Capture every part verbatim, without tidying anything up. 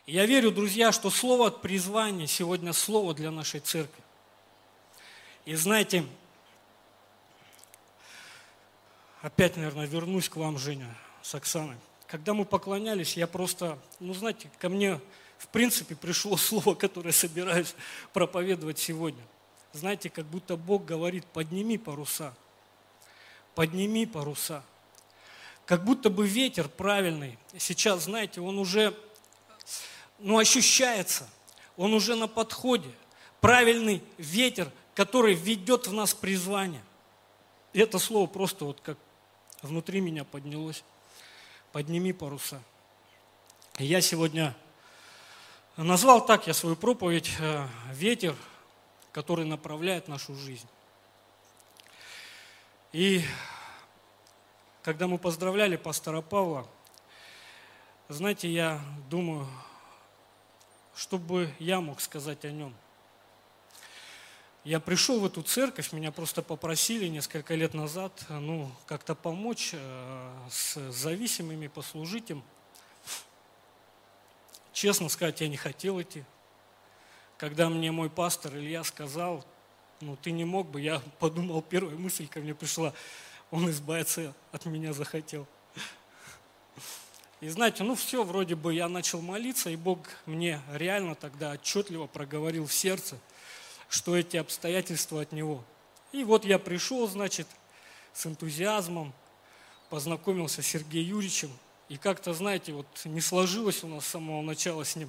И я верю, друзья, что слово призвания сегодня слово для нашей церкви. И знаете, опять, наверное, вернусь к вам, Женя, с Оксаной. Когда мы поклонялись, я просто, ну знаете, ко мне в принципе пришло слово, которое собираюсь проповедовать сегодня. Знаете, как будто Бог говорит: подними паруса, подними паруса. Как будто бы ветер правильный. Сейчас, знаете, он уже, ну, ощущается, он уже на подходе. Правильный ветер, который ведет в нас призвание. И это слово просто вот как внутри меня поднялось. Подними паруса. И я сегодня назвал так я свою проповедь «Ветер, который направляет нашу жизнь». И когда мы поздравляли пастора Павла, знаете, я думаю, что бы я мог сказать о нем. Я пришел в эту церковь, меня просто попросили несколько лет назад, ну, как-то помочь э, с зависимыми, послужить им. Честно сказать, я не хотел идти. Когда мне мой пастор Илья сказал: ну, ты не мог бы, я подумал, первая мысль ко мне пришла: он избавиться от меня захотел. И знаете, ну все, вроде бы я начал молиться, и Бог мне реально тогда отчетливо проговорил в сердце, что эти обстоятельства от Него. И вот я пришел, значит, с энтузиазмом, познакомился с Сергеем Юрьевичем, и как-то, знаете, вот не сложилось у нас с самого начала с ним.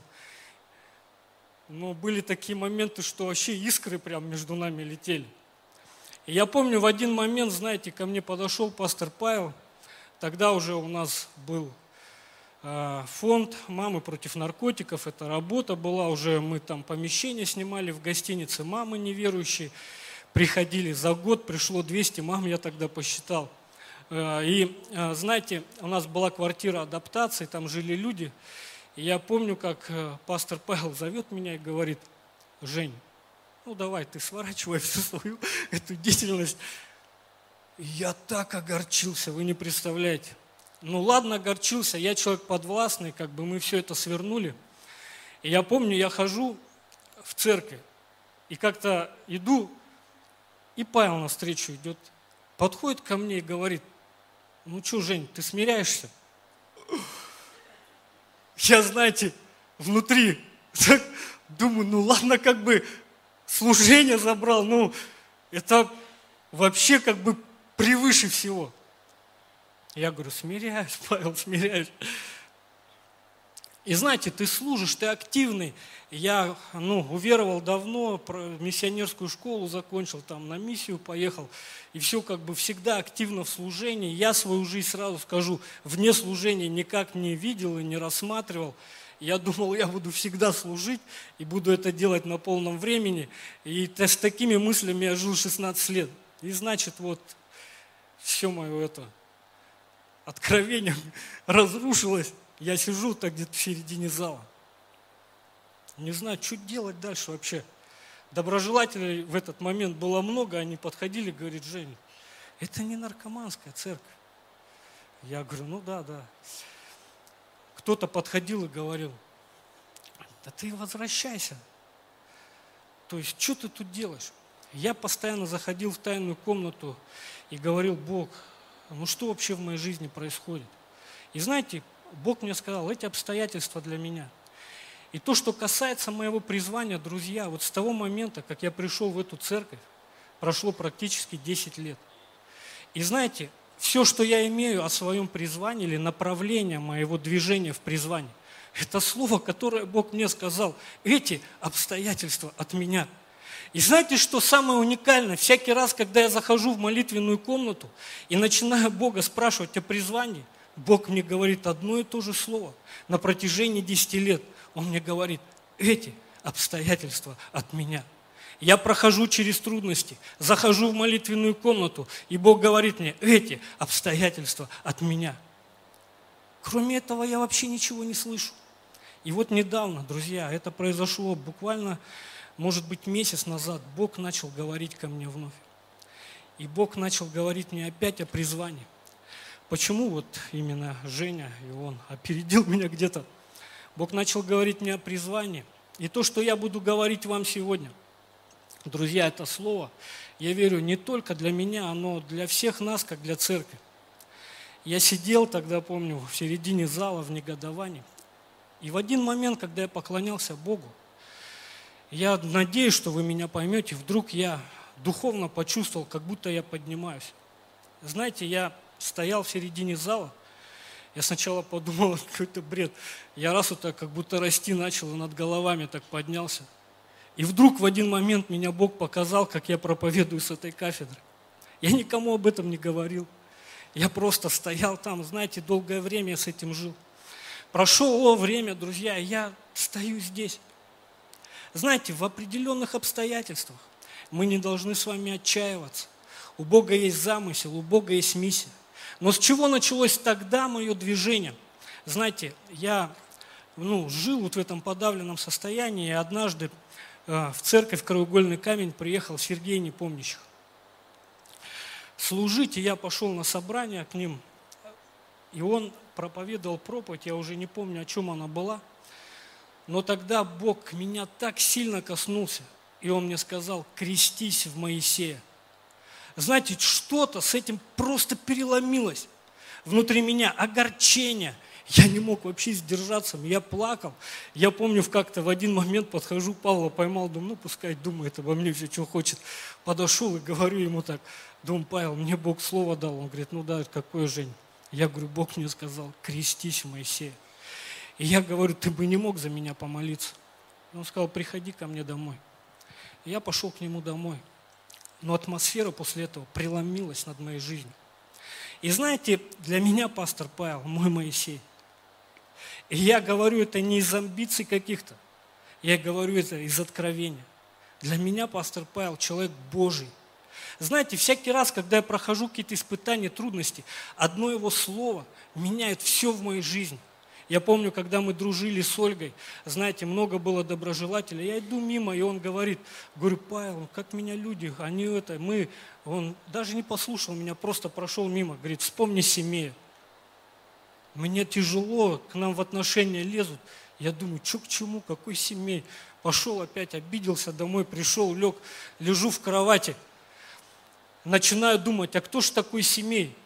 Но были такие моменты, что вообще искры прям между нами летели. И я помню, в один момент, знаете, ко мне подошел пастор Павел, тогда уже у нас был фонд «Мамы против наркотиков», это работа была, уже мы там помещение снимали в гостинице, мамы неверующие приходили, за год пришло двести мам, я тогда посчитал. И знаете, у нас была квартира адаптации, там жили люди, и я помню, как пастор Павел зовет меня и говорит: Жень, ну давай ты сворачивай всю свою эту деятельность. И я так огорчился, вы не представляете. Ну ладно, огорчился, я человек подвластный, как бы мы все это свернули. И я помню, я хожу в церковь, и как-то иду, и Павел навстречу идет, подходит ко мне и говорит: ну что, Жень, ты смиряешься? Я, знаете, внутри думаю, ну ладно, как бы служение забрал, ну это вообще как бы превыше всего. Я говорю: смиряюсь, Павел, смиряюсь. И знаете, ты служишь, ты активный. Я, ну, уверовал давно, миссионерскую школу закончил, там на миссию поехал. И все как бы всегда активно в служении. Я свою жизнь, сразу скажу, вне служения никак не видел и не рассматривал. Я думал, я буду всегда служить и буду это делать на полном времени. И с такими мыслями я жил шестнадцать лет. И значит, вот все мое это откровение разрушилось. Я сижу так где-то в середине зала. Не знаю, что делать дальше вообще. Доброжелателей в этот момент было много, они подходили, говорят: Жень, это не наркоманская церковь. Я говорю: ну да, да. Кто-то подходил и говорил: да ты возвращайся. То есть, что ты тут делаешь? Я постоянно заходил в тайную комнату и говорил: Бог, ну что вообще в моей жизни происходит? И знаете, Бог мне сказал: эти обстоятельства для меня. И то, что касается моего призвания, друзья, вот с того момента, как я пришел в эту церковь, прошло практически десять лет. И знаете, все, что я имею о своем призвании или направление моего движения в призвании, это слово, которое Бог мне сказал: эти обстоятельства от меня. И знаете, что самое уникальное? Всякий раз, когда я захожу в молитвенную комнату и начинаю Бога спрашивать о призвании, Бог мне говорит одно и то же слово на протяжении десяти лет. Он мне говорит: эти обстоятельства от меня. Я прохожу через трудности, захожу в молитвенную комнату, и Бог говорит мне: эти обстоятельства от меня. Кроме этого я вообще ничего не слышу. И вот недавно, друзья, это произошло буквально, может быть, месяц назад, Бог начал говорить ко мне вновь. И Бог начал говорить мне опять о призвании. Почему вот именно Женя, и он опередил меня где-то? Бог начал говорить мне о призвании. И то, что я буду говорить вам сегодня, друзья, это слово, я верю, не только для меня, оно для всех нас, как для церкви. Я сидел тогда, помню, в середине зала в негодовании. И в один момент, когда я поклонялся Богу, я надеюсь, что вы меня поймете, вдруг я духовно почувствовал, как будто я поднимаюсь. Знаете, я стоял в середине зала, я сначала подумал, какой-то бред. Я раз вот так как будто расти начал, и над головами так поднялся. И вдруг в один момент меня Бог показал, как я проповедую с этой кафедры. Я никому об этом не говорил. Я просто стоял там, знаете, долгое время я с этим жил. Прошло время, друзья, я стою здесь. Знаете, в определенных обстоятельствах мы не должны с вами отчаиваться. У Бога есть замысел, у Бога есть миссия. Но с чего началось тогда мое движение? Знаете, я ну, жил вот в этом подавленном состоянии, и однажды э, в церковь Краеугольный камень приехал Сергей Непомнящих. Служить, и я пошел на собрание к ним, и он проповедовал проповедь, я уже не помню, о чем она была, но тогда Бог меня так сильно коснулся, и он мне сказал: крестись в Моисея. Знаете, что-то с этим просто переломилось внутри меня, огорчение. Я не мог вообще сдержаться, я плакал. Я помню, как-то в один момент подхожу, Павла поймал, думаю, ну пускай думает обо мне все, что хочет. Подошел и говорю ему так: думаю, Павел, мне Бог слово дал. Он говорит: ну да, какое, Жень? Я говорю: Бог мне сказал, крестись в Моисея. И я говорю: ты бы не мог за меня помолиться? И он сказал: приходи ко мне домой. И я пошел к нему домой. Но атмосфера после этого преломилась над моей жизнью. И знаете, для меня пастор Павел мой Моисей. И я говорю это не из амбиций каких-то, я говорю это из откровения. Для меня пастор Павел человек Божий. Знаете, всякий раз, когда я прохожу какие-то испытания, трудности, одно его слово меняет все в моей жизни. Я помню, когда мы дружили с Ольгой, знаете, много было доброжелателей. Я иду мимо, и он говорит, говорю: Павел, как меня люди, они это, мы, он даже не послушал меня, просто прошел мимо, говорит: вспомни Семея. Мне тяжело, к нам в отношения лезут. Я думаю, что к чему, какой Семей? Пошел опять, обиделся, домой пришел, лег, лежу в кровати. Начинаю думать, а кто же такой Семей?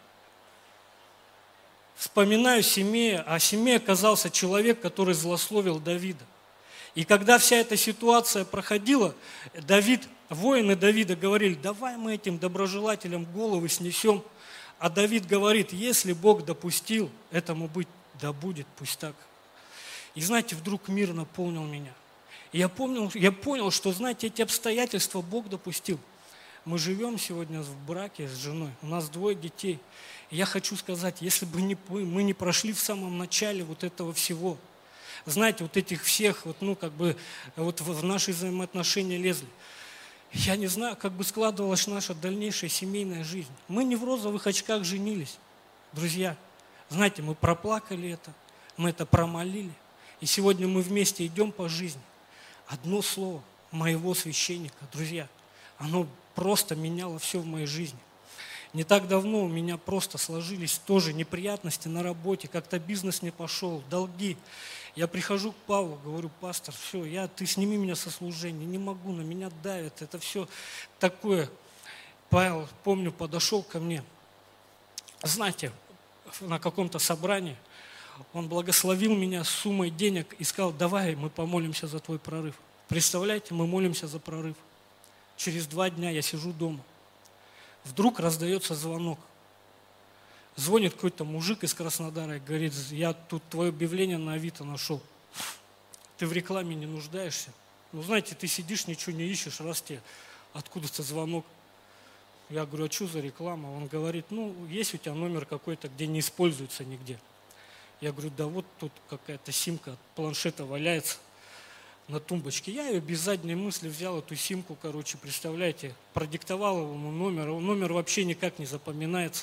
Вспоминаю Семея, а Семей оказался человек, который злословил Давида. И когда вся эта ситуация проходила, Давид, воины Давида говорили: давай мы этим доброжелателям головы снесем. А Давид говорит: если Бог допустил этому быть, да будет, пусть так. И знаете, вдруг мир наполнил меня. И я, помнил, я понял, что, знаете, эти обстоятельства Бог допустил. Мы живем сегодня в браке с женой, у нас двое детей. И я хочу сказать, если бы не, мы не прошли в самом начале вот этого всего, знаете, вот этих всех, вот, ну, как бы, вот в наши взаимоотношения лезли, я не знаю, как бы складывалась наша дальнейшая семейная жизнь. Мы не в розовых очках женились, друзья. Знаете, мы проплакали это, мы это промолили. И сегодня мы вместе идем по жизни. Одно слово моего священника, друзья, оно просто меняло все в моей жизни. Не так давно у меня просто сложились тоже неприятности на работе, как-то бизнес не пошел, долги. Я прихожу к Павлу, говорю: пастор, все, я, ты сними меня со служения, не могу, на меня давят, это все такое. Павел, помню, подошел ко мне, знаете, на каком-то собрании, он благословил меня суммой денег и сказал: давай мы помолимся за твой прорыв. Представляете, мы молимся за прорыв. Через два дня я сижу дома. Вдруг раздается звонок. Звонит какой-то мужик из Краснодара и говорит: я тут твое объявление на Авито нашел. Ты в рекламе не нуждаешься? Ну, знаете, ты сидишь, ничего не ищешь, раз тебе откуда-то звонок. Я говорю: а что за реклама? Он говорит: ну, есть у тебя номер какой-то, где не используется нигде. Я говорю: да вот тут какая-то симка от планшета валяется на тумбочке. Я ее без задней мысли взял, эту симку, короче, представляете, продиктовал ему номер. Номер вообще никак не запоминается.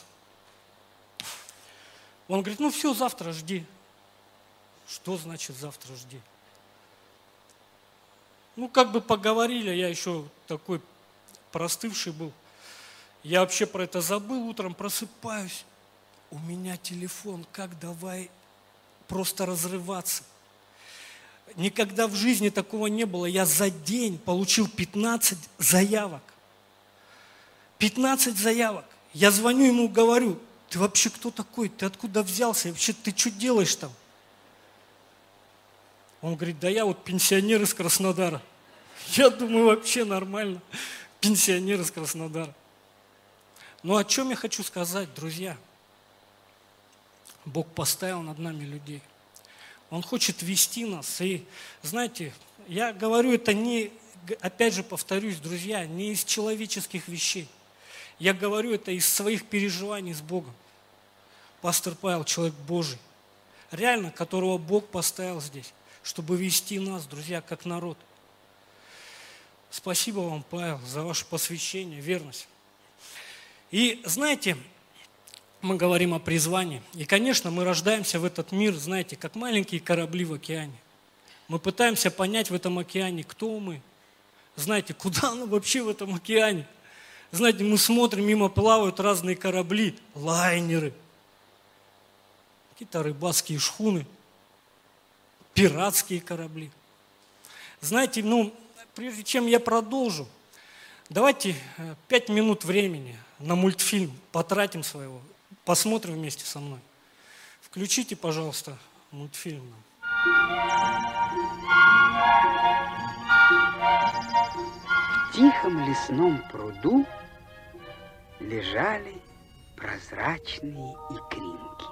Он говорит: ну все, завтра жди. Что значит завтра жди? Ну, как бы поговорили, я еще такой простывший был. Я вообще про это забыл, утром просыпаюсь. У меня телефон, как давай просто разрываться. Никогда в жизни такого не было. Я за день получил пятнадцать заявок. пятнадцать заявок. Я звоню ему, говорю: ты вообще кто такой? Ты откуда взялся? Вообще ты что делаешь там? Он говорит: да я вот пенсионер из Краснодара. Я думаю, вообще нормально. Пенсионер из Краснодара. Но о чем я хочу сказать, друзья? Бог поставил над нами людей. Он хочет вести нас. И знаете, я говорю это не, опять же повторюсь, друзья, не из человеческих вещей. Я говорю это из своих переживаний с Богом. Пастор Павел, человек Божий, реально, которого Бог поставил здесь, чтобы вести нас, друзья, как народ. Спасибо вам, Павел, за ваше посвящение, верность. И знаете, мы говорим о призвании. И, конечно, мы рождаемся в этот мир, знаете, как маленькие корабли в океане. Мы пытаемся понять в этом океане, кто мы. Знаете, куда мы вообще в этом океане? Знаете, мы смотрим, мимо плавают разные корабли, лайнеры, какие-то рыбацкие шхуны, пиратские корабли. Знаете, ну, прежде чем я продолжу, давайте пять минут времени на мультфильм потратим своего. Посмотрим вместе со мной. Включите, пожалуйста, мультфильм. В тихом лесном пруду лежали прозрачные икринки.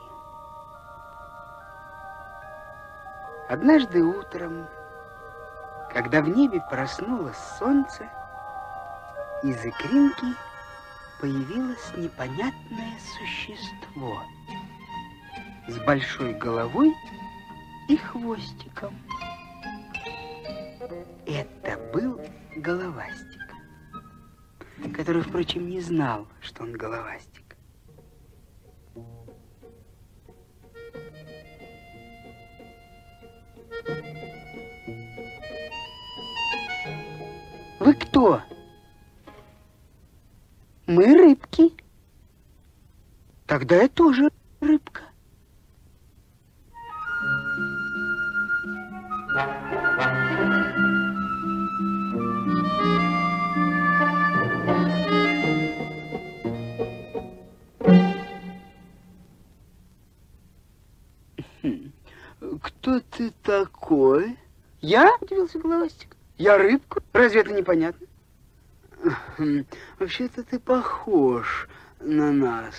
Однажды утром, когда в небе проснулось солнце, из икринки появилось непонятное существо с большой головой и хвостиком. Это был головастик, который, впрочем, не знал, что он головастик. Вы кто? Мы рыбки. Тогда я тоже рыбка. Кто ты такой? Я? Удивился головастик. Я рыбка? Разве это непонятно? Вообще-то ты похож на нас,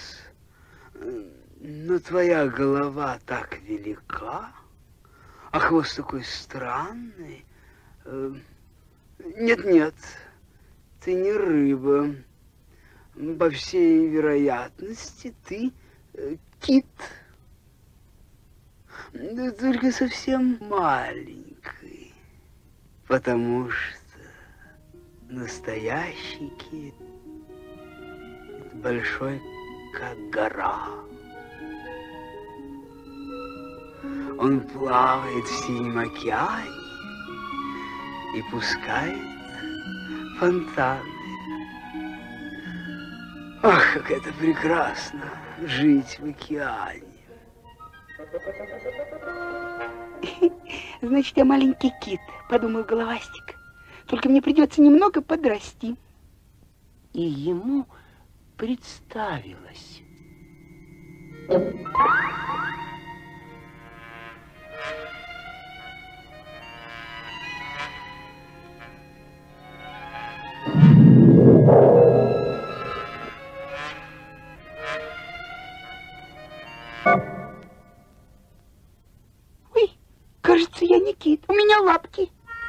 но твоя голова так велика, а хвост такой странный. Нет-нет, ты не рыба. По всей вероятности, ты кит. Да только совсем маленький, потому что настоящий кит большой, как гора. Он плавает в синем океане и пускает фонтаны. Ах, как это прекрасно жить в океане. Значит, я маленький кит, подумал головастик. Только мне придется немного подрасти. И ему представилось. Ой, кажется, я не кит. У меня лапки.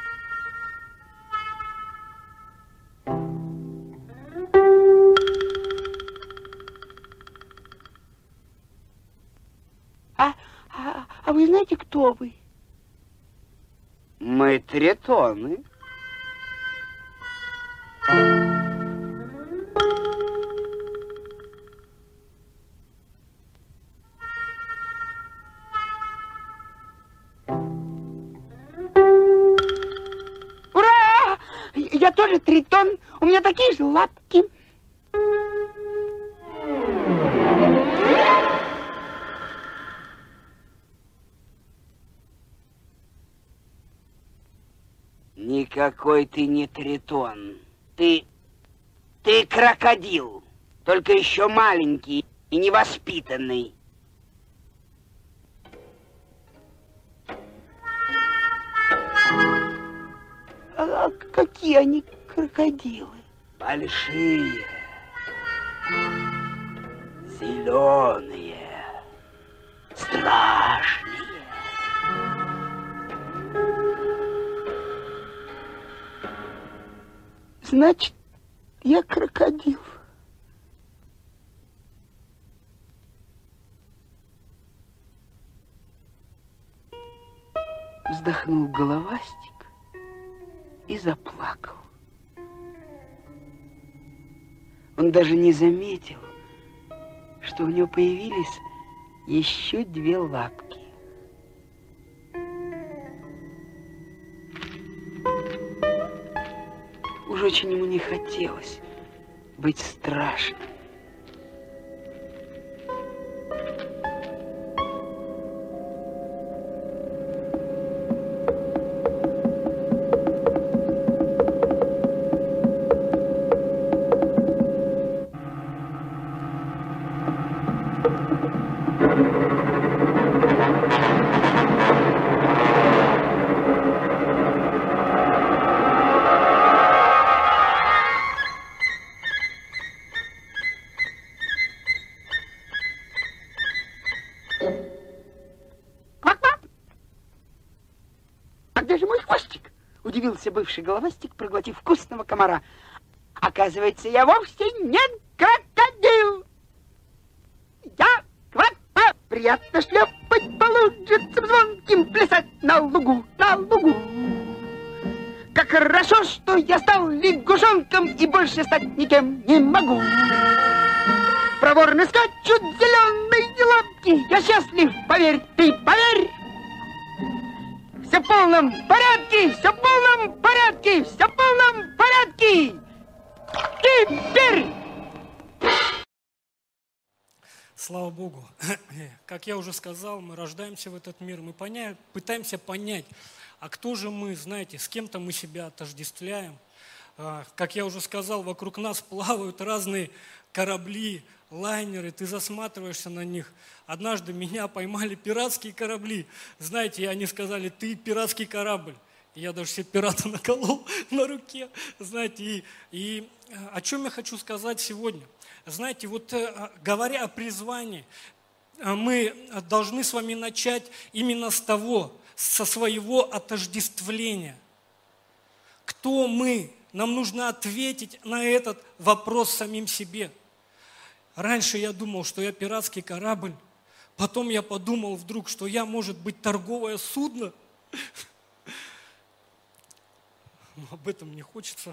А, а, а вы знаете, кто вы? Мы тритоны. Ура! Я тоже тритон. У меня такие же лапки. Никакой ты не тритон. Ты... ты крокодил. Только еще маленький и невоспитанный. А какие они крокодилы? Большие, зеленые, страшные. Значит, я крокодил. Вздохнул головастик и заплакал. Он даже не заметил, что у него появились еще две лапки. Уж очень ему не хотелось быть страшным. Удивился бывший головастик, проглотив вкусного комара. Оказывается, я вовсе не крокодил. Я кваква. Приятно шлепать по лужицам звонким, плясать на лугу, на лугу. Как хорошо, что я стал лягушонком и больше стать никем не могу. Проворно скачут зеленые лапки. Я счастлив, поверь ты, поверь. Все в полном порядке, все в полном порядке, все в полном порядке. Теперь! Слава Богу. Как я уже сказал, мы рождаемся в этот мир, мы поня... пытаемся понять, а кто же мы, знаете, с кем-то мы себя отождествляем. Как я уже сказал, вокруг нас плавают разные корабли, лайнеры, ты засматриваешься на них. Однажды меня поймали пиратские корабли. Знаете, и они сказали, ты пиратский корабль. И я даже себе пирата наколол на руке. Знаете, и, и о чем я хочу сказать сегодня? Знаете, вот говоря о призвании, мы должны с вами начать именно с того, со своего отождествления. Кто мы? Нам нужно ответить на этот вопрос самим себе. Раньше я думал, что я пиратский корабль. Потом я подумал вдруг, что я, может быть, торговое судно. Но об этом не хочется.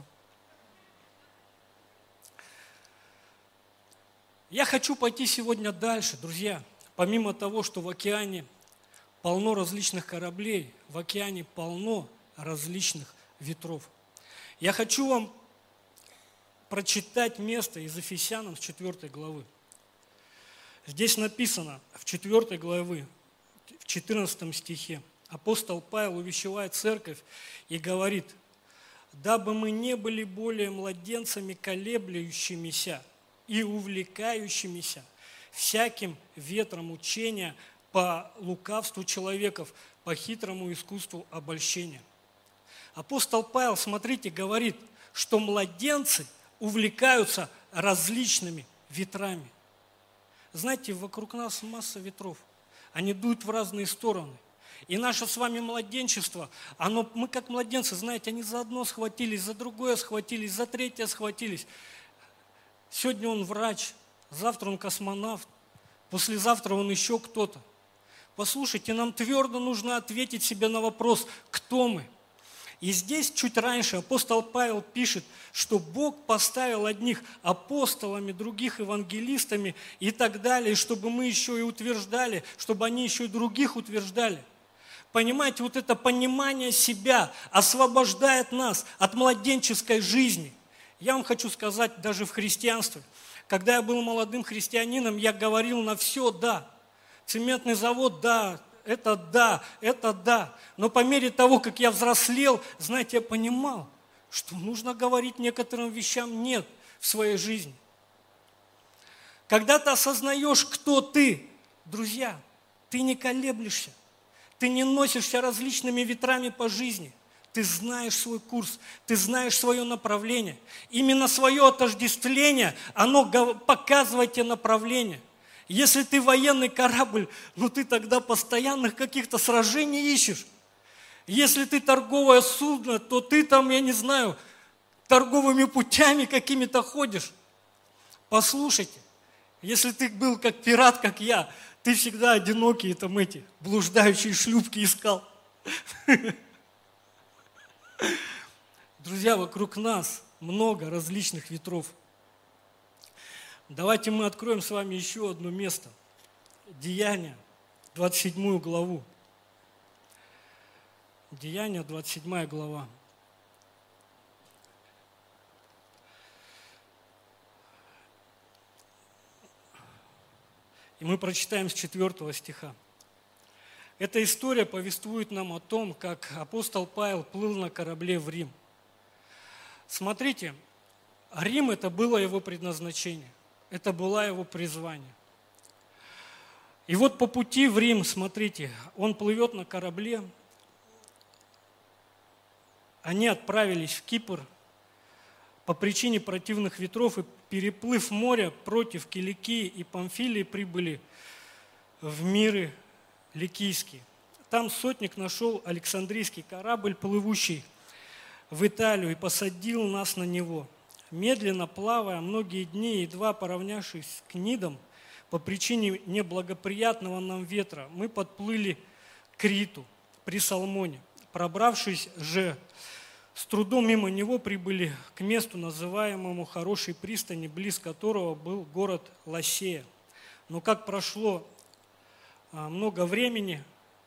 Я хочу пойти сегодня дальше, друзья. Помимо того, что в океане полно различных кораблей, в океане полно различных ветров. Я хочу вам прочитать место из Ефесянам с четвёртой главы. Здесь написано в четвёртой главе, в четырнадцатом стихе, апостол Павел увещевает церковь и говорит, «Дабы мы не были более младенцами, колеблющимися и увлекающимися всяким ветром учения по лукавству человеков, по хитрому искусству обольщения». Апостол Павел, смотрите, говорит, что младенцы увлекаются различными ветрами. Знаете, вокруг нас масса ветров. Они дуют в разные стороны. И наше с вами младенчество, оно, мы как младенцы, знаете, они за одно схватились, за другое схватились, за третье схватились. Сегодня он врач, завтра он космонавт, послезавтра он еще кто-то. Послушайте, нам твердо нужно ответить себе на вопрос, кто мы. И здесь чуть раньше апостол Павел пишет, что Бог поставил одних апостолами, других евангелистами и так далее, чтобы мы еще и утверждали, чтобы они еще и других утверждали. Понимаете, вот это понимание себя освобождает нас от младенческой жизни. Я вам хочу сказать, даже в христианстве, когда я был молодым христианином, я говорил на все «да». Цементный завод – да, это да, это да. Но по мере того, как я взрослел, знаете, я понимал, что нужно говорить некоторым вещам нет в своей жизни. Когда ты осознаешь, кто ты, друзья, ты не колеблешься, ты не носишься различными ветрами по жизни. Ты знаешь свой курс, ты знаешь свое направление. Именно свое отождествление, оно показывает тебе направление. Если ты военный корабль, ну ты тогда постоянных каких-то сражений ищешь. Если ты торговое судно, то ты там, я не знаю, торговыми путями какими-то ходишь. Послушайте, если ты был как пират, как я, ты всегда одинокие там эти блуждающие шлюпки искал. Друзья, вокруг нас много различных ветров. Давайте мы откроем с вами еще одно место. Деяния, двадцать седьмую главу. Деяния, двадцать седьмая глава. И мы прочитаем с четвёртого стиха. Эта история повествует нам о том, как апостол Павел плыл на корабле в Рим. Смотрите, Рим – это было его предназначение, это было его призвание. И вот по пути в Рим, смотрите, он плывет на корабле, они отправились в Кипр по причине противных ветров и, переплыв море против Киликии и Памфилии, прибыли в миры Ликийский. Там сотник нашел Александрийский корабль, плывущий в Италию, и посадил нас на него. Медленно плавая многие дни, едва поравнявшись к Книдам, по причине неблагоприятного нам ветра, мы подплыли к Криту при Салмоне. Пробравшись же, с трудом мимо него прибыли к месту, называемому Хорошей пристани, близ которого был город Ласея. Но как прошло много времени,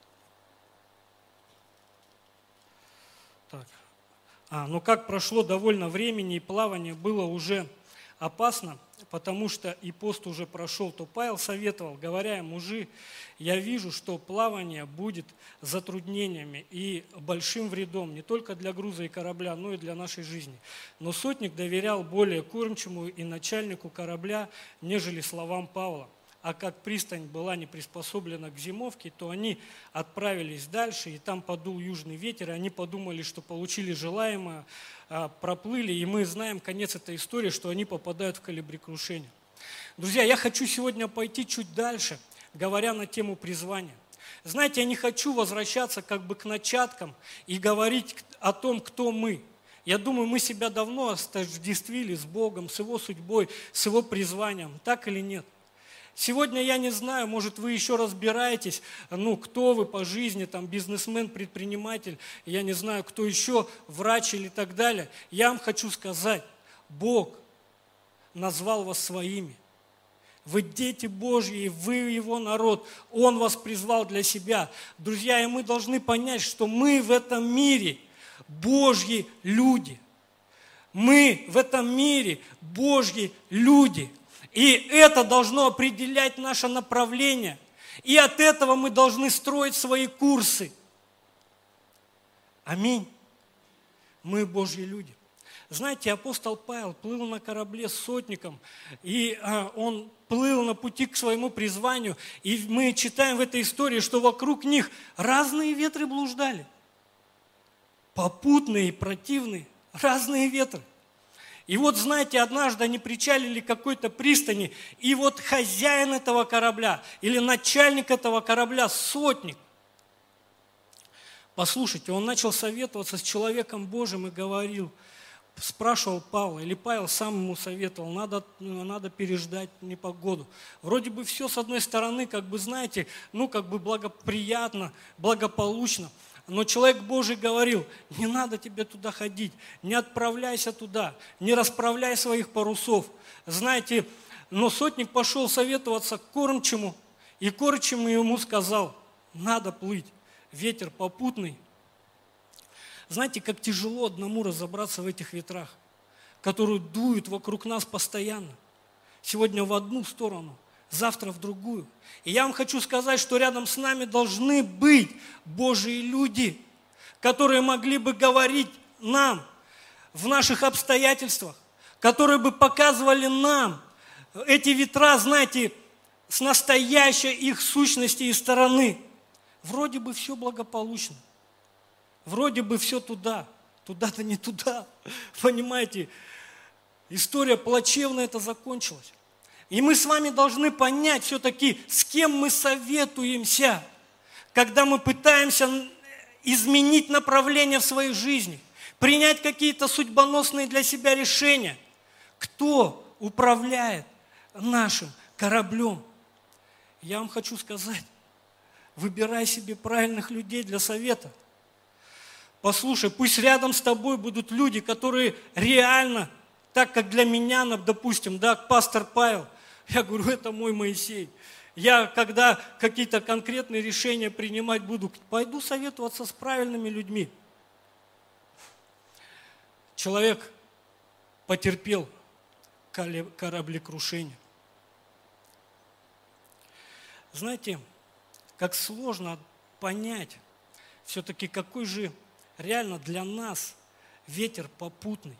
так, а, но как прошло довольно времени, и плавание было уже опасно, потому что и пост уже прошел, то Павел советовал, говоря: мужи, я вижу, что плавание будет затруднениями и большим вредом не только для груза и корабля, но и для нашей жизни. Но сотник доверял более кормчему и начальнику корабля, нежели словам Павла. А как пристань была не приспособлена к зимовке, то они отправились дальше, и там подул южный ветер, и они подумали, что получили желаемое, проплыли, и мы знаем конец этой истории, что они попадают в кораблекрушение. Друзья, я хочу сегодня пойти чуть дальше, говоря на тему призвания. Знаете, я не хочу возвращаться как бы к начаткам и говорить о том, кто мы. Я думаю, мы себя давно отождествили с Богом, с Его судьбой, с Его призванием, так или нет? Сегодня я не знаю, может, вы еще разбираетесь, ну, кто вы по жизни, там, бизнесмен, предприниматель, я не знаю, кто еще, врач или так далее. Я вам хочу сказать, Бог назвал вас своими. Вы дети Божьи, вы Его народ, Он вас призвал для себя. Друзья, и мы должны понять, что мы в этом мире Божьи люди. Мы в этом мире Божьи люди. И это должно определять наше направление. И от этого мы должны строить свои курсы. Аминь. Мы Божьи люди. Знаете, апостол Павел плыл на корабле с сотником, и а, он плыл на пути к своему призванию. И мы читаем в этой истории, что вокруг них разные ветры блуждали. Попутные и противные. Разные ветры. И вот, знаете, однажды они причалили к какой-то пристани, и вот хозяин этого корабля или начальник этого корабля, сотник, послушайте, он начал советоваться с человеком Божьим и говорил, спрашивал Павла, или Павел сам ему советовал, надо, надо переждать непогоду. Вроде бы все с одной стороны, как бы, знаете, ну, как бы благоприятно, благополучно. Но человек Божий говорил, не надо тебе туда ходить, не отправляйся туда, не расправляй своих парусов. Знаете, но сотник пошел советоваться к кормчему, и кормчему ему сказал, надо плыть, ветер попутный. Знаете, как тяжело одному разобраться в этих ветрах, которые дуют вокруг нас постоянно. Сегодня в одну сторону, завтра в другую. И я вам хочу сказать, что рядом с нами должны быть Божьи люди, которые могли бы говорить нам в наших обстоятельствах, которые бы показывали нам эти ветра, знаете, с настоящей их сущности и стороны. Вроде бы все благополучно, вроде бы все туда, туда-то не туда, понимаете, история плачевно это закончилась. И мы с вами должны понять все-таки, с кем мы советуемся, когда мы пытаемся изменить направление в своей жизни, принять какие-то судьбоносные для себя решения. Кто управляет нашим кораблем? Я вам хочу сказать, выбирай себе правильных людей для совета. Послушай, пусть рядом с тобой будут люди, которые реально, так как для меня, допустим, да, пастор Павел, я говорю, это мой Моисей. Я, когда какие-то конкретные решения принимать буду, пойду советоваться с правильными людьми. Человек потерпел кораблекрушение. Знаете, как сложно понять, все-таки какой же реально для нас ветер попутный.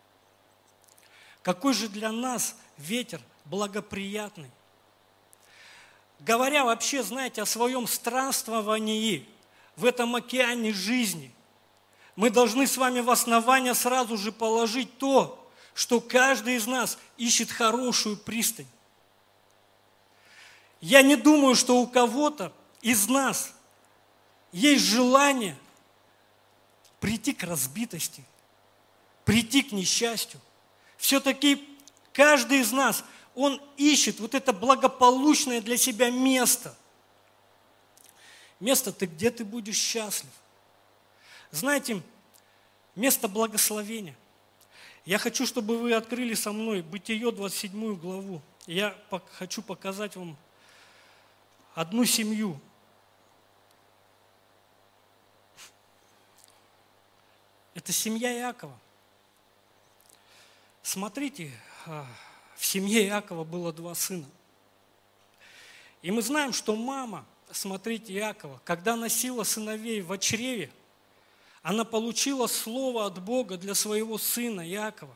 Какой же для нас ветер благоприятный. Говоря вообще, знаете, о своем странствовании в этом океане жизни, мы должны с вами в основание сразу же положить то, что каждый из нас ищет хорошую пристань. Я не думаю, что у кого-то из нас есть желание прийти к разбитости, прийти к несчастью. Все-таки каждый из нас, он ищет вот это благополучное для себя место. Место, ты, где ты будешь счастлив. Знаете, место благословения. Я хочу, чтобы вы открыли со мной Бытие двадцать седьмую главу. Я хочу показать вам одну семью. Это семья Иакова. Смотрите, в семье Иакова было два сына. И мы знаем, что мама, смотрите, Иакова, когда носила сыновей в чреве, она получила слово от Бога для своего сына Иакова.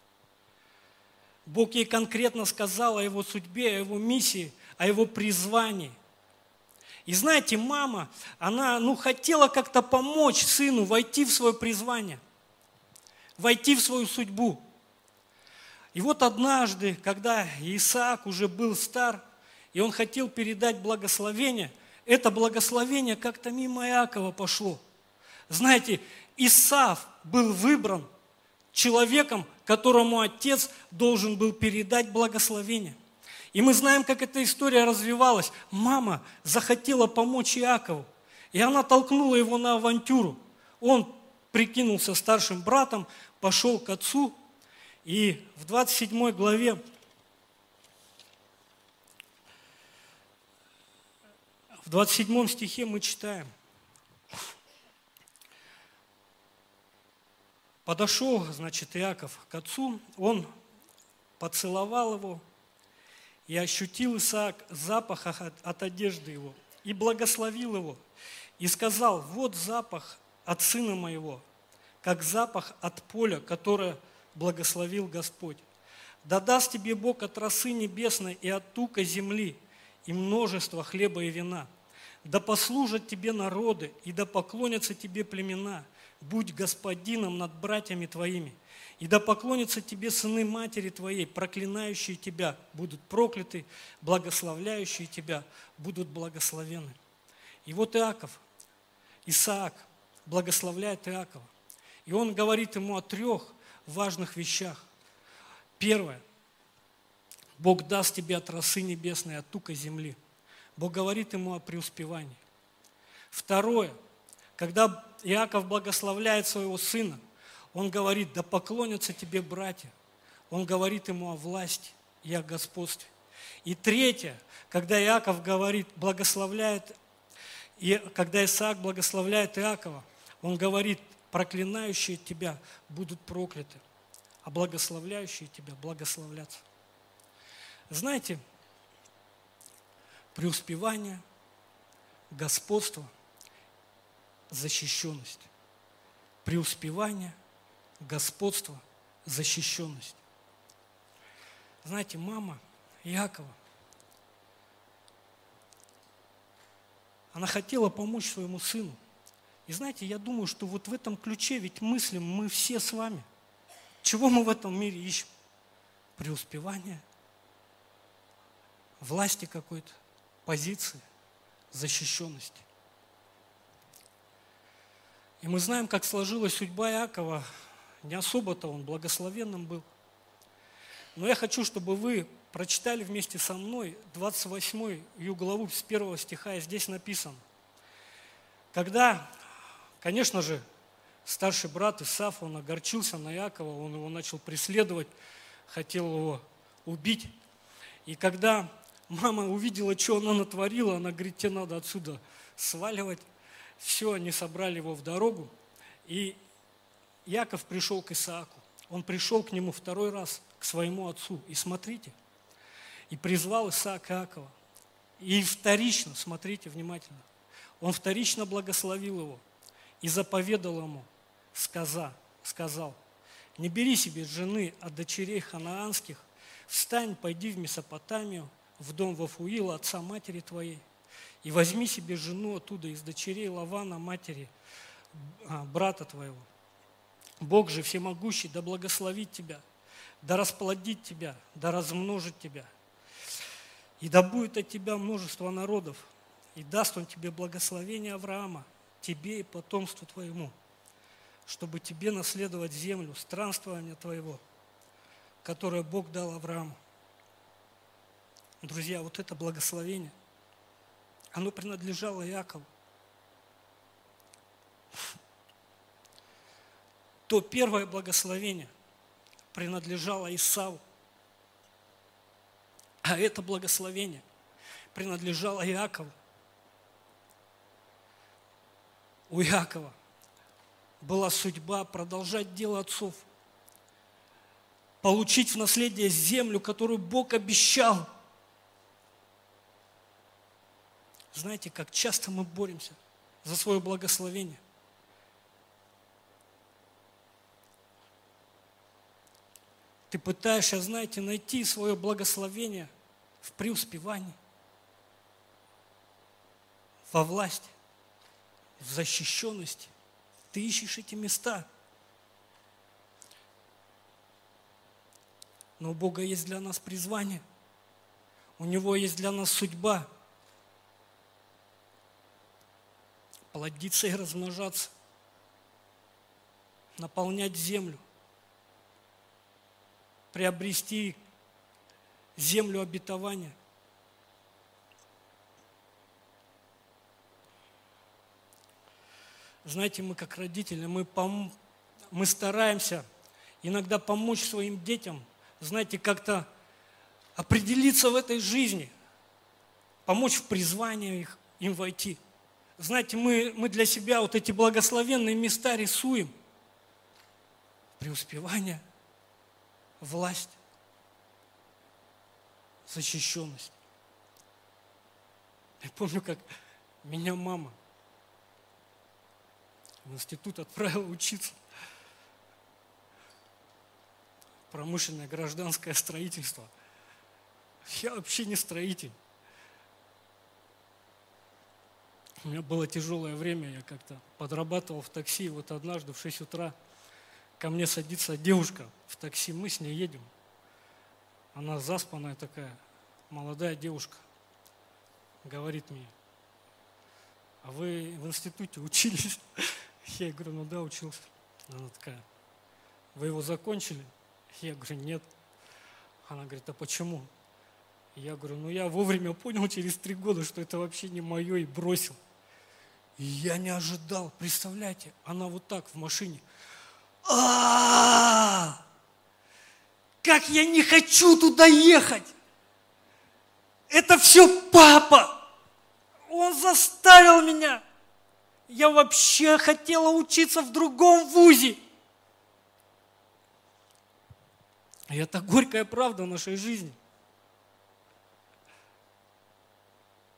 Бог ей конкретно сказал о его судьбе, о его миссии, о его призвании. И знаете, мама, она ну, хотела как-то помочь сыну войти в свое призвание, войти в свою судьбу. И вот однажды, когда Исаак уже был стар, и он хотел передать благословение, это благословение как-то мимо Иакова пошло. Знаете, Исав был выбран человеком, которому отец должен был передать благословение. И мы знаем, как эта история развивалась. Мама захотела помочь Иакову, и она толкнула его на авантюру. Он прикинулся старшим братом, пошел к отцу, и в двадцать седьмой главе, в двадцать седьмом стихе мы читаем: подошел, значит, Иаков к отцу, он поцеловал его, и ощутил Исаак запах от, от одежды его, и благословил его, и сказал: вот запах от сына моего, как запах от поля, которое благословил Господь. Да даст тебе Бог от росы небесной и от тука земли, и множество хлеба и вина. Да послужат тебе народы, и да поклонятся тебе племена. Будь господином над братьями твоими. И да поклонятся тебе сыны матери твоей, проклинающие тебя будут прокляты, благословляющие тебя будут благословены. И вот Иаков, Исаак, благословляет Иакова. И он говорит ему о трех важных вещах. Первое. Бог даст тебе от росы небесной, от тука земли. Бог говорит ему о преуспевании. Второе. Когда Иаков благословляет своего сына, он говорит: да поклонятся тебе братья. Он говорит ему о власти и о господстве. И третье. Когда Иаков говорит, благословляет, и когда Исаак благословляет Иакова, он говорит: проклинающие тебя будут прокляты, а благословляющие тебя благословлятся. Знаете, преуспевание, господство, защищенность. Преуспевание, господство, защищенность. Знаете, мама Иакова, она хотела помочь своему сыну. И знаете, я думаю, что вот в этом ключе ведь мыслим мы все с вами. Чего мы в этом мире ищем? Преуспевание, власти какой-то, позиции, защищенности. И мы знаем, как сложилась судьба Иакова. Не особо-то он благословенным был. Но я хочу, чтобы вы прочитали вместе со мной двадцать восьмую главу с первого стиха, и здесь написано. Когда, конечно же, старший брат Исав, он огорчился на Иакова, он его начал преследовать, хотел его убить. И когда мама увидела, что она натворила, она говорит, тебе надо отсюда сваливать. Все, они собрали его в дорогу. И Иаков пришел к Исааку. Он пришел к нему второй раз, к своему отцу. И смотрите, и призвал Исаак Иакова. И вторично, смотрите внимательно, он вторично благословил его и заповедал ему, сказа, сказал, не бери себе жены от дочерей ханаанских, встань, пойди в Месопотамию, в дом Вафуила, отца матери твоей, и возьми себе жену оттуда из дочерей Лавана, матери а, брата твоего. Бог же всемогущий да благословит тебя, да расплодит тебя, да размножит тебя. И да будет от тебя множество народов, и даст он тебе благословение Авраама, тебе и потомству твоему, чтобы тебе наследовать землю, странствования твоего, которое Бог дал Аврааму. Друзья, вот это благословение, оно принадлежало Иакову. То первое благословение принадлежало Исаву, а это благословение принадлежало Иакову. У Иакова была судьба продолжать дело отцов, получить в наследие землю, которую Бог обещал. Знаете, как часто мы боремся за свое благословение. Ты пытаешься, знаете, найти свое благословение в преуспевании, во власти, в защищенности. Ты ищешь эти места. Но у Бога есть для нас призвание. У Него есть для нас судьба. Плодиться и размножаться. Наполнять землю. Приобрести землю обетования. Знаете, мы как родители, мы, пом... мы стараемся иногда помочь своим детям, знаете, как-то определиться в этой жизни, помочь в призвание их, им войти. Знаете, мы, мы для себя вот эти благословенные места рисуем. Преуспевание, власть, защищенность. Я помню, как меня мама в институт отправила учиться. Промышленное гражданское строительство. Я вообще не строитель. У меня было тяжелое время, я как-то подрабатывал в такси. Вот однажды в шесть утра ко мне садится девушка в такси, мы с ней едем. Она заспанная такая, молодая девушка. Говорит мне, а вы в институте учились? Я ей говорю, ну да, учился. Она такая, вы его закончили? Я говорю, нет. Она говорит, а почему? Я говорю, ну я вовремя понял через три года, что это вообще не мое, и бросил. И я не ожидал, представляете, она вот так в машине. А-а-а! Как я не хочу туда ехать! Это все папа! Он заставил меня! Я вообще хотела учиться в другом вузе. И это горькая правда в нашей жизни.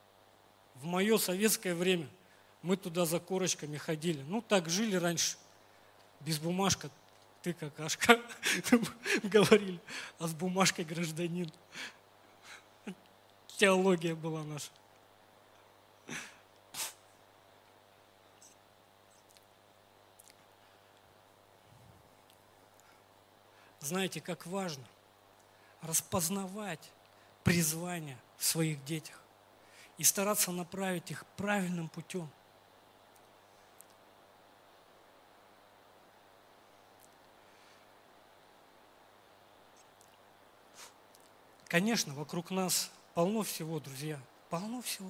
мое советское время мы туда за корочками ходили. Ну, так жили раньше, без бумажка, ты какашка, говорили, а с бумажкой гражданин. Теология была наша. Знаете, как важно распознавать призвание в своих детях и стараться направить их правильным путем. Конечно, вокруг нас полно всего, друзья, полно всего.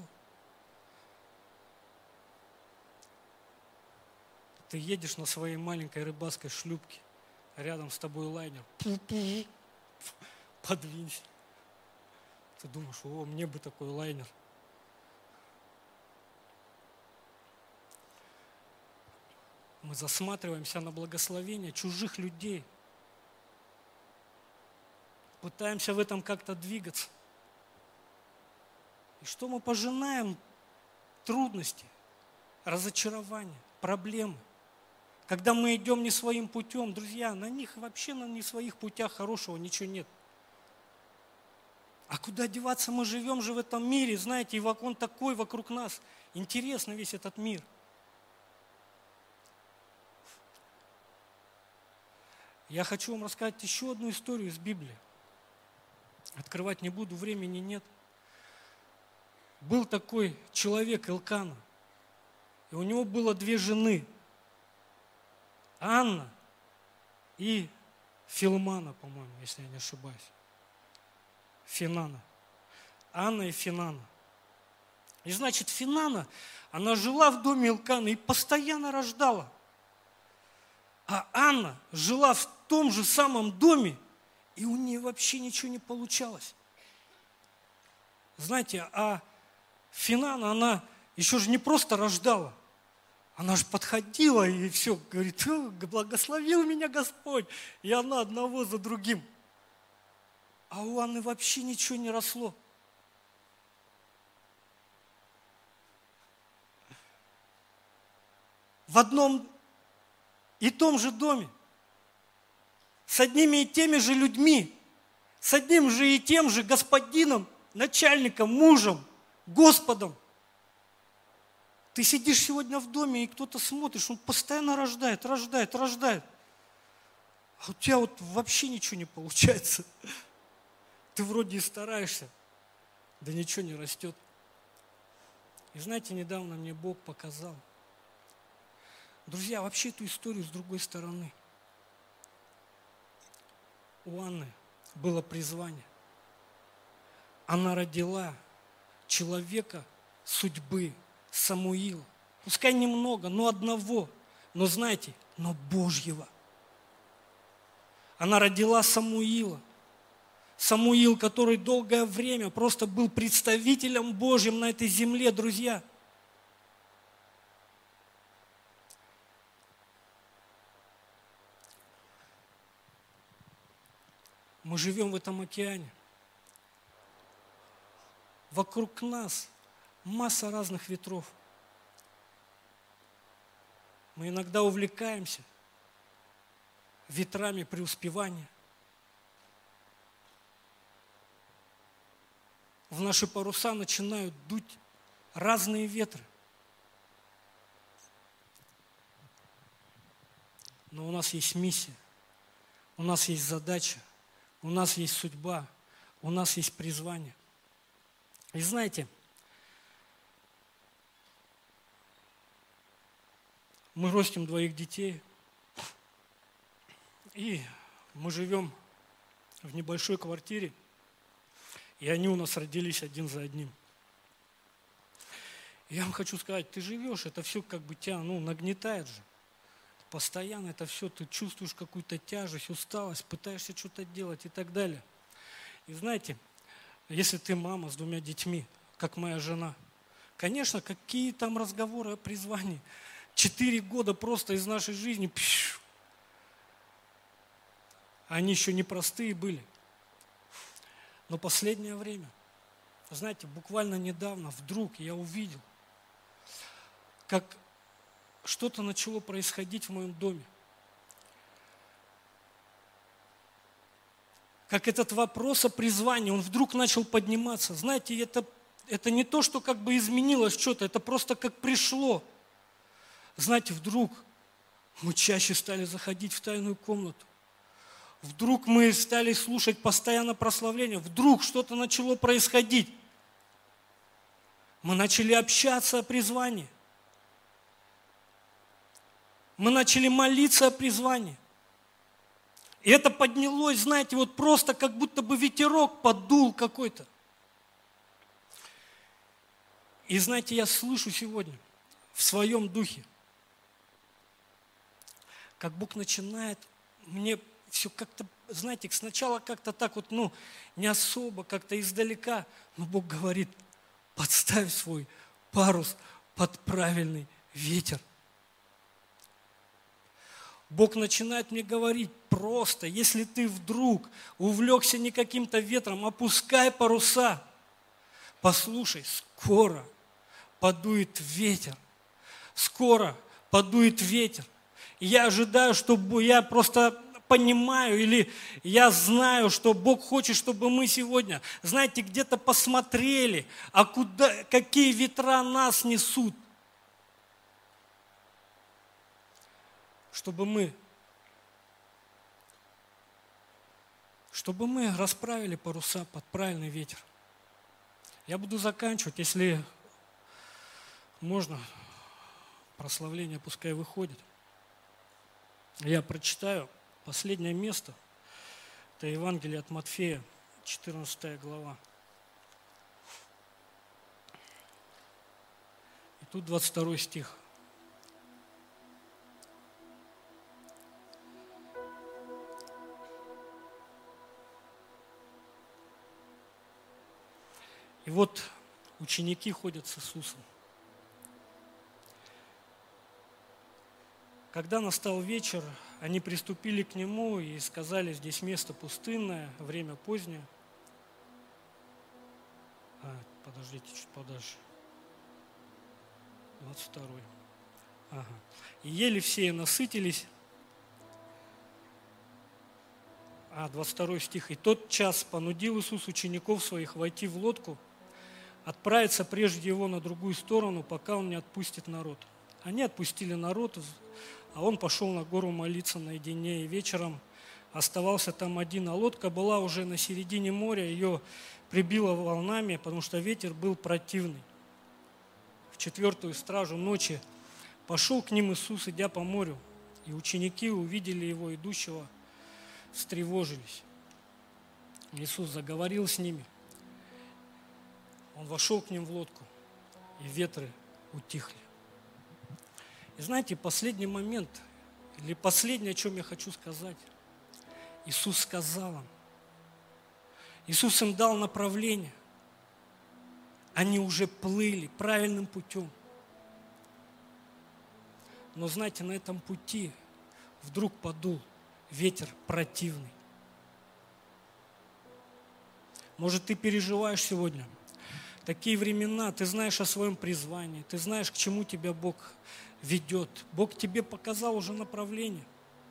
Ты едешь на своей маленькой рыбацкой шлюпке, рядом с тобой лайнер. Подвинься. Ты думаешь, о, мне бы такой лайнер. Мы засматриваемся на благословение чужих людей. Пытаемся в этом как-то двигаться. И что мы пожинаем? Трудности, разочарования, проблемы. Когда мы идем не своим путем, друзья, на них вообще на не своих путях хорошего ничего нет. А куда деваться? Мы живем же в этом мире, знаете, и он такой вокруг нас. Интересно весь этот мир. Я хочу вам рассказать еще одну историю из Библии. Открывать не буду, времени нет. Был такой человек Элкана, и у него было две жены. Анна и Филмана, по-моему, если я не ошибаюсь. Финана. Анна и Финана. И значит, Финана, она жила в доме Элкана и постоянно рождала. А Анна жила в том же самом доме, и у нее вообще ничего не получалось. Знаете, а Финана, она еще же не просто рождала, она же подходила и все, говорит, благословил меня Господь. И она одного за другим. А у Анны вообще ничего не росло. В одном и том же доме, с одними и теми же людьми, с одним же и тем же господином, начальником, мужем, Господом. Ты сидишь сегодня в доме, и кто-то смотришь, он постоянно рождает, рождает, рождает. А у тебя вот вообще ничего не получается. Ты вроде и стараешься, да ничего не растет. И знаете, недавно мне Бог показал. Друзья, вообще эту историю с другой стороны. У Анны было призвание. Она родила человека судьбы, Самуила. Пускай немного, но одного. Но знаете, но Божьего. Она родила Самуила. Самуил, который долгое время просто был представителем Божьим на этой земле, друзья. Мы живем в этом океане. Вокруг нас масса разных ветров. Мы иногда увлекаемся ветрами преуспевания. В наши паруса начинают дуть разные ветры. Но у нас есть миссия, у нас есть задача, у нас есть судьба, у нас есть призвание. И знаете, мы растим двоих детей, и мы живем в небольшой квартире, и они у нас родились один за одним. И я вам хочу сказать, ты живешь, это все как бы тебя, ну, нагнетает же. Постоянно это все, ты чувствуешь какую-то тяжесть, усталость, пытаешься что-то делать и так далее. И знаете, если ты мама с двумя детьми, как моя жена, конечно, какие там разговоры о призвании. Четыре года просто из нашей жизни, пш, они еще непростые были. Но последнее время, знаете, буквально недавно вдруг я увидел, как что-то начало происходить в моем доме. Как этот вопрос о призвании, он вдруг начал подниматься. Знаете, это, это не то, что как бы изменилось что-то, это просто как пришло. Знаете, вдруг мы чаще стали заходить в тайную комнату. Вдруг мы стали слушать постоянно прославление. Вдруг что-то начало происходить. Мы начали общаться о призвании. Мы начали молиться о призвании. И это поднялось, знаете, вот просто как будто бы ветерок подул какой-то. И знаете, я слышу сегодня в своем духе, как Бог начинает мне все как-то, знаете, сначала как-то так вот, ну, не особо, как-то издалека, но Бог говорит, подставь свой парус под правильный ветер. Бог начинает мне говорить просто, если ты вдруг увлекся не каким-то ветром, опускай паруса. Послушай, скоро подует ветер. Скоро подует ветер. И я ожидаю, чтобы я просто понимаю или я знаю, что Бог хочет, чтобы мы сегодня, знаете, где-то посмотрели, а куда, какие ветра нас несут. Чтобы мы, чтобы мы расправили паруса под правильный ветер. Я буду заканчивать, если можно, прославление пускай выходит. Я прочитаю последнее место, это Евангелие от Матфея, четырнадцатая глава. И тут двадцать второй стих. И вот ученики ходят с Иисусом. Когда настал вечер, они приступили к Нему и сказали, здесь место пустынное, время позднее. А, подождите, чуть подальше. двадцать второй. Ага. И ели все и насытились. А, двадцать второй стих. И тот час понудил Иисус учеников своих войти в лодку, отправиться прежде его на другую сторону, пока он не отпустит народ. Они отпустили народ, а он пошел на гору молиться наедине, и вечером оставался там один, а лодка была уже на середине моря, ее прибило волнами, потому что ветер был противный. В четвертую стражу ночи пошел к ним Иисус, идя по морю, и ученики увидели его идущего, встревожились. Иисус заговорил с ними. Он вошел к ним в лодку, и ветры утихли. И знаете, последний момент, или последнее, о чем я хочу сказать, Иисус сказал им, Иисус им дал направление, они уже плыли правильным путем. Но знаете, на этом пути вдруг подул ветер противный. Может, ты переживаешь сегодня такие времена, ты знаешь о своем призвании, ты знаешь, к чему тебя Бог ведет. Бог тебе показал уже направление.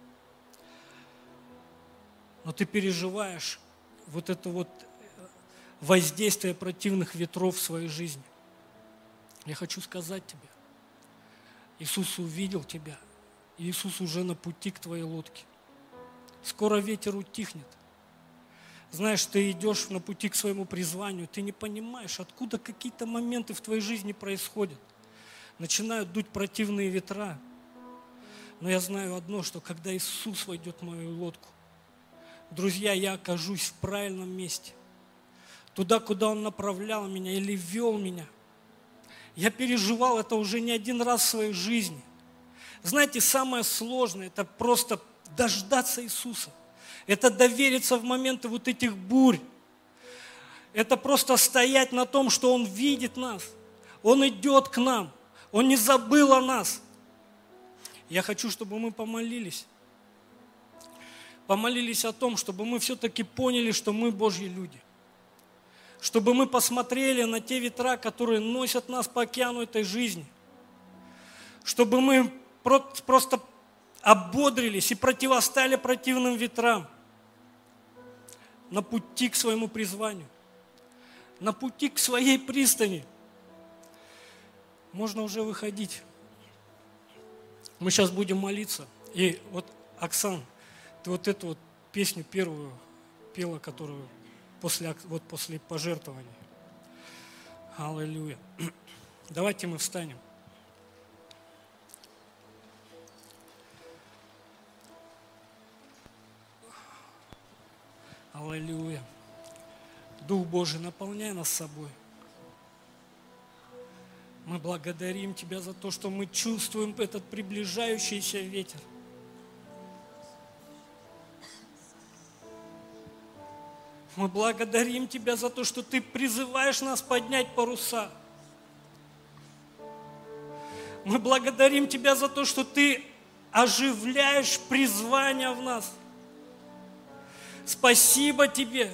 Но ты переживаешь вот это вот воздействие противных ветров в своей жизни. Я хочу сказать тебе, Иисус увидел тебя, и Иисус уже на пути к твоей лодке. Скоро ветер утихнет. Знаешь, ты идешь на пути к своему призванию, ты не понимаешь, откуда какие-то моменты в твоей жизни происходят. Начинают дуть противные ветра. Но я знаю одно, что когда Иисус войдет в мою лодку, друзья, я окажусь в правильном месте. Туда, куда Он направлял меня или вел меня. Я переживал это уже не один раз в своей жизни. Знаете, самое сложное – это просто дождаться Иисуса. Это довериться в моменты вот этих бурь. Это просто стоять на том, что Он видит нас. Он идет к нам. Он не забыл о нас. Я хочу, чтобы мы помолились. Помолились о том, чтобы мы все-таки поняли, что мы Божьи люди. Чтобы мы посмотрели на те ветра, которые носят нас по океану этой жизни. чтобы мы просто ободрились и противостали противным ветрам на пути к своему призванию, на пути к своей пристани. Можно уже выходить. Мы сейчас будем молиться. И вот, Оксан, ты вот эту вот песню первую пела, которую после, вот после пожертвований. Аллилуйя. Давайте мы встанем. Аллилуйя. Дух Божий, наполняй нас собой. Мы благодарим Тебя за то, что мы чувствуем этот приближающийся ветер. Мы благодарим Тебя за то, что Ты призываешь нас поднять паруса. Мы благодарим Тебя за то, что Ты оживляешь призвание в нас. Спасибо Тебе.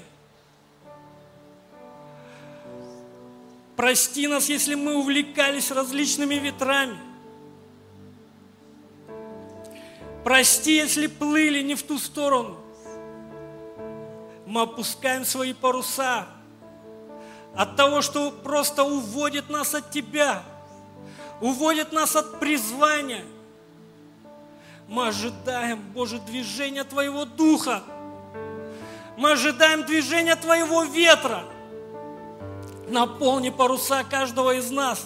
Прости нас, если мы увлекались различными ветрами. Прости, если плыли не в ту сторону. Мы опускаем свои паруса от того, что просто уводит нас от Тебя, уводит нас от призвания. Мы ожидаем, Боже, движения Твоего Духа. Мы ожидаем движения Твоего ветра. Наполни паруса каждого из нас.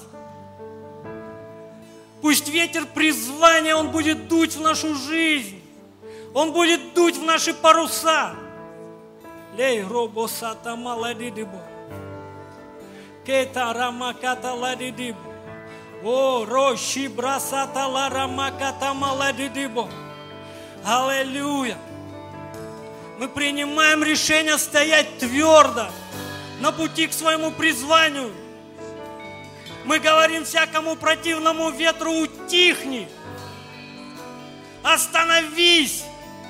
Пусть ветер призвания, он будет дуть в нашу жизнь. Он будет дуть в наши паруса. Лей робосата маладидибо. Кета рамаката ладидибо. О, роши брасата ларамаката маладидибо. Аллилуйя. Мы принимаем решение стоять твердо на пути к своему призванию. Мы говорим всякому противному ветру: утихни, остановись.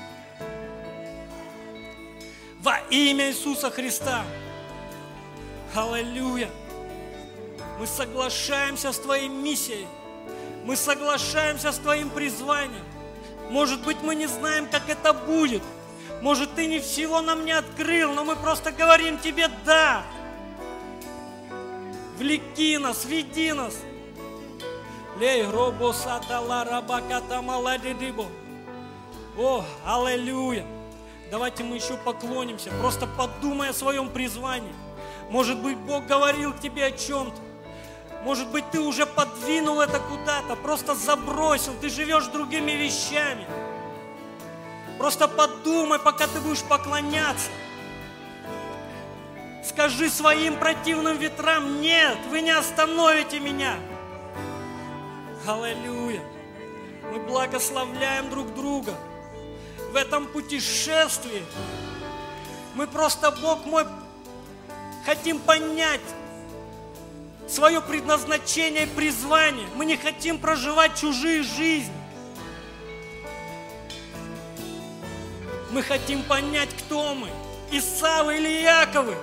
Во имя Иисуса Христа. Аллилуйя. Мы соглашаемся с Твоей миссией. Мы соглашаемся с Твоим призванием. Может быть, мы не знаем, как это будет. Может, Ты не всего нам не открыл, но мы просто говорим Тебе «да». Влеки нас, веди нас. Лей робо сатала рабаката маладидибо. О, аллилуйя. Давайте мы еще поклонимся, просто подумай о своем призвании. Может быть, Бог говорил к тебе о чем-то. Может быть, ты уже подвинул это куда-то, просто забросил, ты живешь другими вещами. Просто подумай, пока ты будешь поклоняться. Скажи своим противным ветрам: нет, вы не остановите меня. Аллилуйя. Мы благословляем друг друга в этом путешествии. Мы просто, Бог мой, хотим понять свое предназначение и призвание. Мы не хотим проживать чужие жизни. Мы хотим понять, кто мы: Исавы или Иаковы.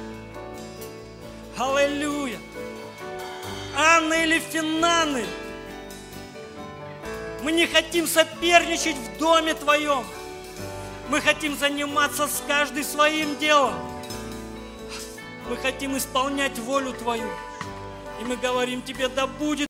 Аллилуйя. Анны или Финаны. Мы не хотим соперничать в доме Твоем. Мы хотим заниматься с каждым своим делом. Мы хотим исполнять волю Твою. И мы говорим Тебе: да будет